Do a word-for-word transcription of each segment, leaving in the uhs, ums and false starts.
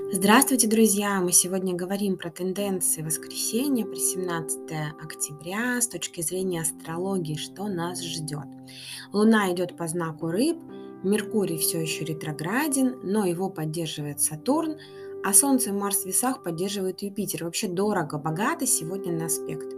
Здравствуйте, друзья! Мы сегодня говорим про тенденции воскресенья при семнадцатое октября с точки зрения астрологии, что нас ждет. Луна идет по знаку Рыб, Меркурий все еще ретрограден, но его поддерживает Сатурн, а Солнце и Марс в весах поддерживают Юпитер. Вообще дорого, богато сегодня на аспекты.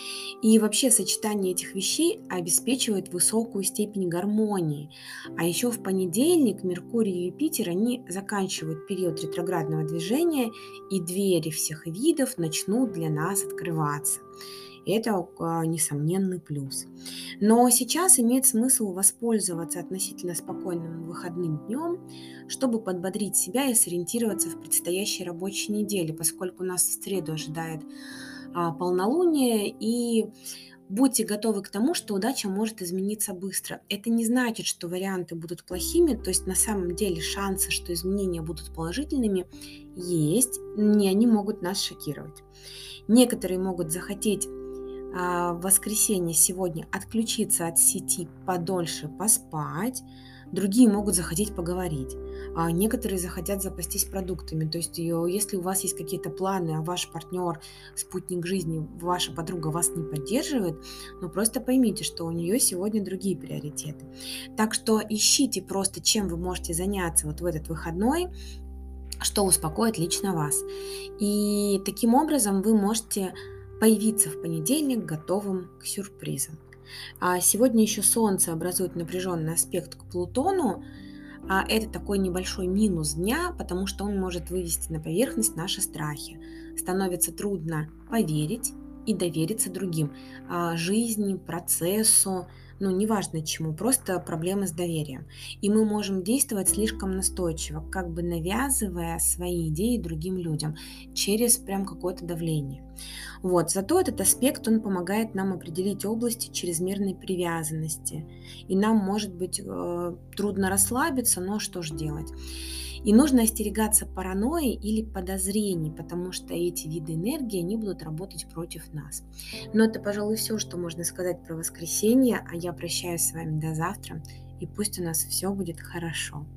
И вообще сочетание этих вещей обеспечивает высокую степень гармонии. А еще в понедельник Меркурий и Юпитер, они заканчивают период ретроградного движения, и двери всех видов начнут для нас открываться. И это а, несомненный плюс. Но сейчас имеет смысл воспользоваться относительно спокойным выходным днем, чтобы подбодрить себя и сориентироваться в предстоящей рабочей неделе, поскольку нас в среду ожидает а, полнолуние, и будьте готовы к тому, что удача может измениться быстро. Это не значит, что варианты будут плохими, то есть на самом деле шансы, что изменения будут положительными, есть, не они могут нас шокировать. Некоторые могут захотеть а, в воскресенье сегодня отключиться от сети подольше, поспать, другие могут захотеть поговорить, а некоторые захотят запастись продуктами. То есть э, если у вас есть какие-то планы, а ваш партнер, спутник жизни, ваша подруга вас не поддерживает, ну просто поймите, что у нее сегодня другие приоритеты. Так что ищите просто, чем вы можете заняться вот в этот выходной, что успокоит лично вас. И таким образом вы можете появиться в понедельник готовым к сюрпризам. А сегодня еще Солнце образует напряженный аспект к Плутону, а это такой небольшой минус дня, потому что он может вывести на поверхность наши страхи. Становится трудно поверить и довериться другим, а, жизни, процессу, ну, неважно чему, просто проблемы с доверием. И мы можем действовать слишком настойчиво, как бы навязывая свои идеи другим людям через прям какое-то давление. Вот. Зато этот аспект, он помогает нам определить области чрезмерной привязанности. И нам может быть э, трудно расслабиться, но что же делать? И нужно остерегаться паранойи или подозрений, потому что эти виды энергии, они будут работать против нас. Но это, пожалуй, все, что можно сказать про воскресенье, а я прощаюсь с вами до завтра, и пусть у нас все будет хорошо.